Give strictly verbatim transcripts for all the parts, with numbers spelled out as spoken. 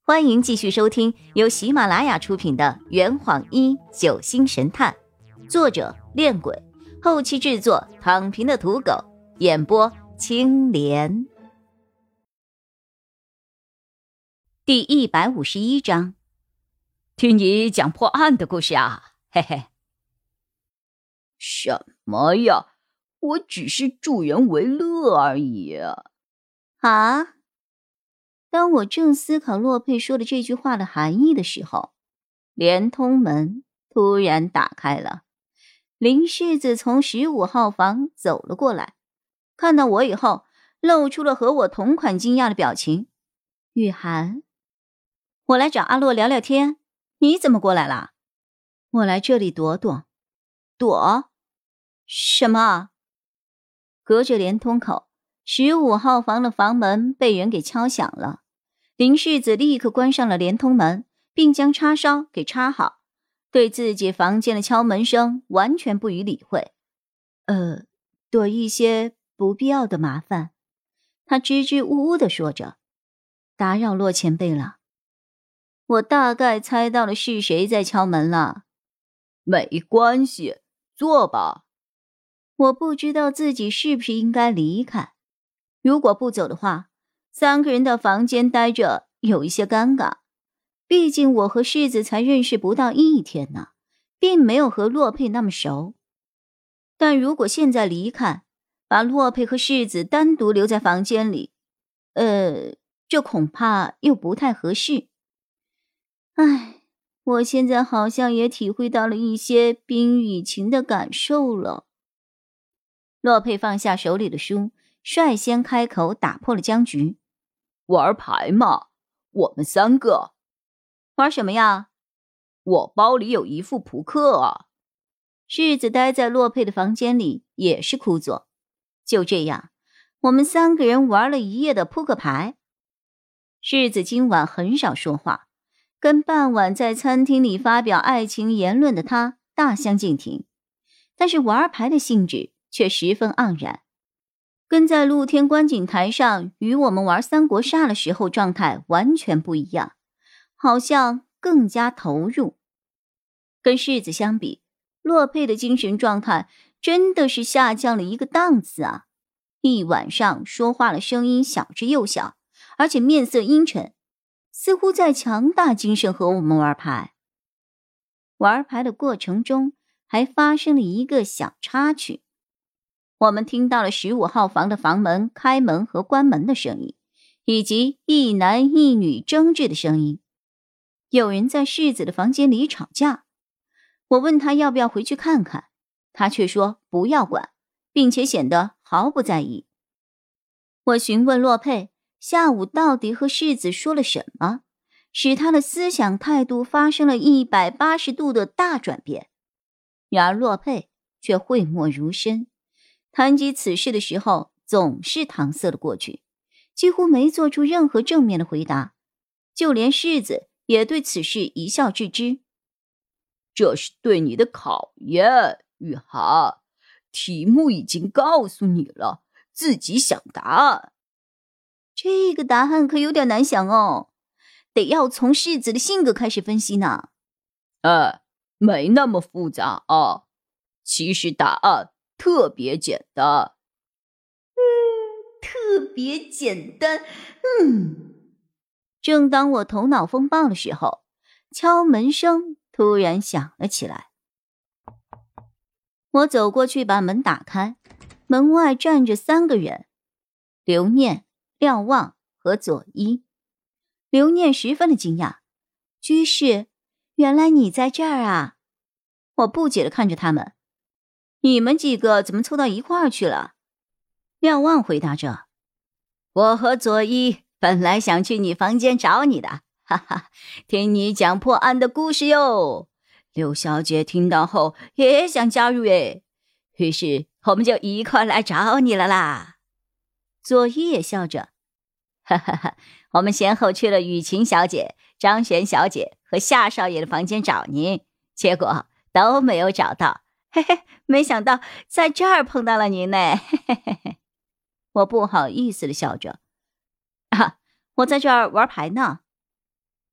欢迎继续收听由喜马拉雅出品的《圆谎一九星神探》，作者恋鬼，后期制作躺平的土狗，演播青莲。第一百五十一章， 听你讲破案的故事啊，嘿嘿。 什么呀？我只是助人为乐而已啊。 啊？当我正思考洛佩说的这句话的含义的时候，连通门突然打开了。林世子从十五号房走了过来，看到我以后露出了和我同款惊讶的表情。雨涵，我来找阿洛聊聊天，你怎么过来了？我来这里躲躲。躲？什么？隔着连通口，十五号房的房门被人给敲响了。林世子立刻关上了连通门，并将插销给插好，对自己房间的敲门声完全不予理会。呃，躲一些不必要的麻烦，他支支吾吾地说着。打扰洛前辈了。我大概猜到了是谁在敲门了。 没关系，坐吧。 我不知道自己是不是应该离开，如果不走的话，三个人的房间待着有一些尴尬。毕竟我和世子才认识不到一天呢，并没有和洛佩那么熟。但如果现在离开，把洛佩和世子单独留在房间里，呃，这恐怕又不太合适。唉，我现在好像也体会到了一些冰雨情的感受了。洛佩放下手里的书，率先开口打破了僵局。 玩牌嘛，我们三个。 玩什么呀？ 我包里有一副扑克啊。 世子待在洛佩的房间里也是枯坐。就这样，我们三个人玩了一夜的扑克牌。世子今晚很少说话，跟傍晚在餐厅里发表爱情言论的他大相径庭，但是玩牌的兴致却十分盎然，跟在露天观景台上与我们玩三国杀的时候状态完全不一样，好像更加投入。跟世子相比，洛佩的精神状态真的是下降了一个档次啊！一晚上说话的声音小之又小，而且面色阴沉，似乎在强大精神和我们玩牌。玩牌的过程中还发生了一个小插曲。我们听到了十五号房的房门开门和关门的声音，以及一男一女争执的声音。有人在世子的房间里吵架，我问他要不要回去看看，他却说不要管，并且显得毫不在意。我询问洛佩下午到底和世子说了什么，使他的思想态度发生了一百八十度的大转变。然而洛佩却讳莫如深，谈及此事的时候总是搪塞了过去，几乎没做出任何正面的回答。就连世子也对此事一笑置之。 这是对你的考验，雨涵。题目已经告诉你了，自己想答案。 这个答案可有点难想哦，得要从世子的性格开始分析呢。 哎，没那么复杂啊。其实答案特别简单。 嗯，特别简单。嗯。正当我头脑风暴的时候，敲门声突然响了起来。我走过去把门打开，门外站着三个人：刘念、廖望和左一。刘念十分的惊讶：“居士，原来你在这儿啊！”我不解地看着他们：“你们几个怎么凑到一块儿去了？”廖望回答着：“我和左一本来想去你房间找你的，哈哈，听你讲破案的故事哟。刘小姐听到后也想加入诶，于是我们就一块来找你了啦。”左一也笑着：“哈哈哈，我们先后去了雨晴小姐、张璇小姐和夏少爷的房间找您，结果都没有找到，嘿嘿，没想到在这儿碰到了您呢，嘿嘿嘿嘿。”我不好意思地笑着：“啊，我在这儿玩牌呢。”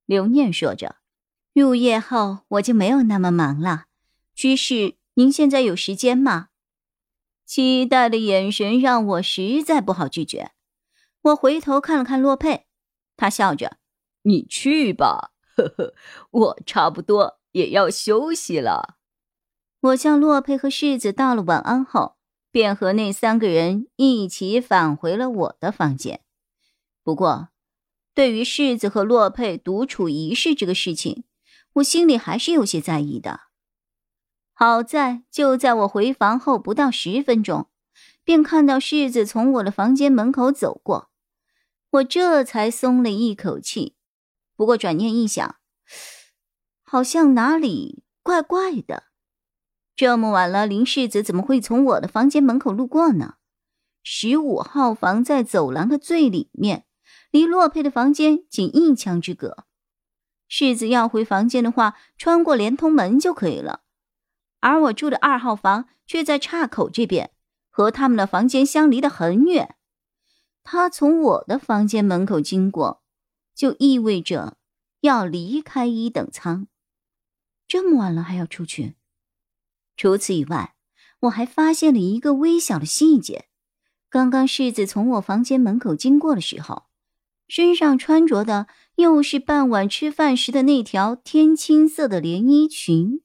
刘念说着，入夜后我就没有那么忙了，居士您现在有时间吗？期待的眼神让我实在不好拒绝。我回头看了看洛佩，他笑着， 你去吧，呵呵，我差不多也要休息了。 我向洛佩和世子道了晚安后，便和那三个人一起返回了我的房间。不过对于世子和洛佩独处一室这个事情，我心里还是有些在意的。好在就在我回房后不到十分钟，便看到世子从我的房间门口走过，我这才松了一口气。不过转念一想，好像哪里怪怪的。这么晚了，林世子怎么会从我的房间门口路过呢？十五号房在走廊的最里面，离洛佩的房间仅一墙之隔。世子要回房间的话，穿过连通门就可以了。而我住的二号房却在岔口这边，和他们的房间相离得很远。他从我的房间门口经过，就意味着要离开一等舱。这么晚了还要出去？除此以外，我还发现了一个微小的细节。刚刚世子从我房间门口经过的时候，身上穿着的又是傍晚吃饭时的那条天青色的连衣裙。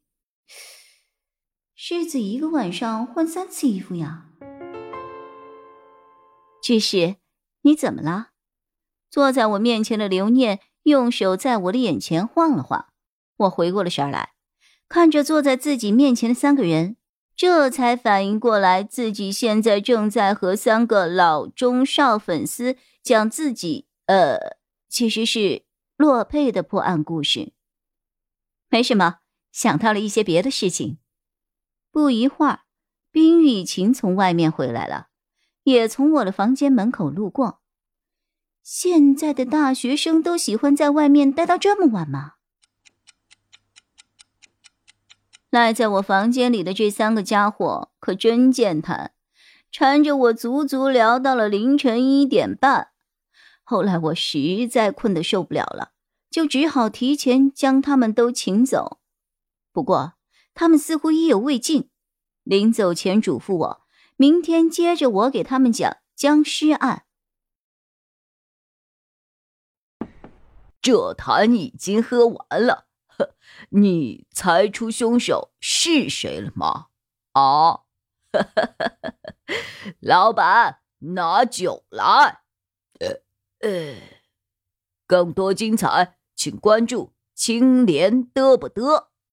世子一个晚上换三次衣服呀。居士，你怎么了？坐在我面前的刘念用手在我的眼前晃了晃，我回过了神来，看着坐在自己面前的三个人，这才反应过来自己现在正在和三个老中少粉丝讲自己呃，其实是洛佩的破案故事。没什么，想到了一些别的事情。不一会儿，冰雨晴从外面回来了，也从我的房间门口路过。现在的大学生都喜欢在外面待到这么晚吗？赖在我房间里的这三个家伙可真健谈，缠着我足足聊到了凌晨一点半。后来我实在困得受不了了，就只好提前将他们都请走。不过他们似乎意犹未尽，临走前嘱咐我，明天接着我给他们讲僵尸案。 这坛已经喝完了，呵，你猜出凶手是谁了吗？啊，老板，拿酒来。呃呃，更多精彩，请关注青莲嘚不嘚。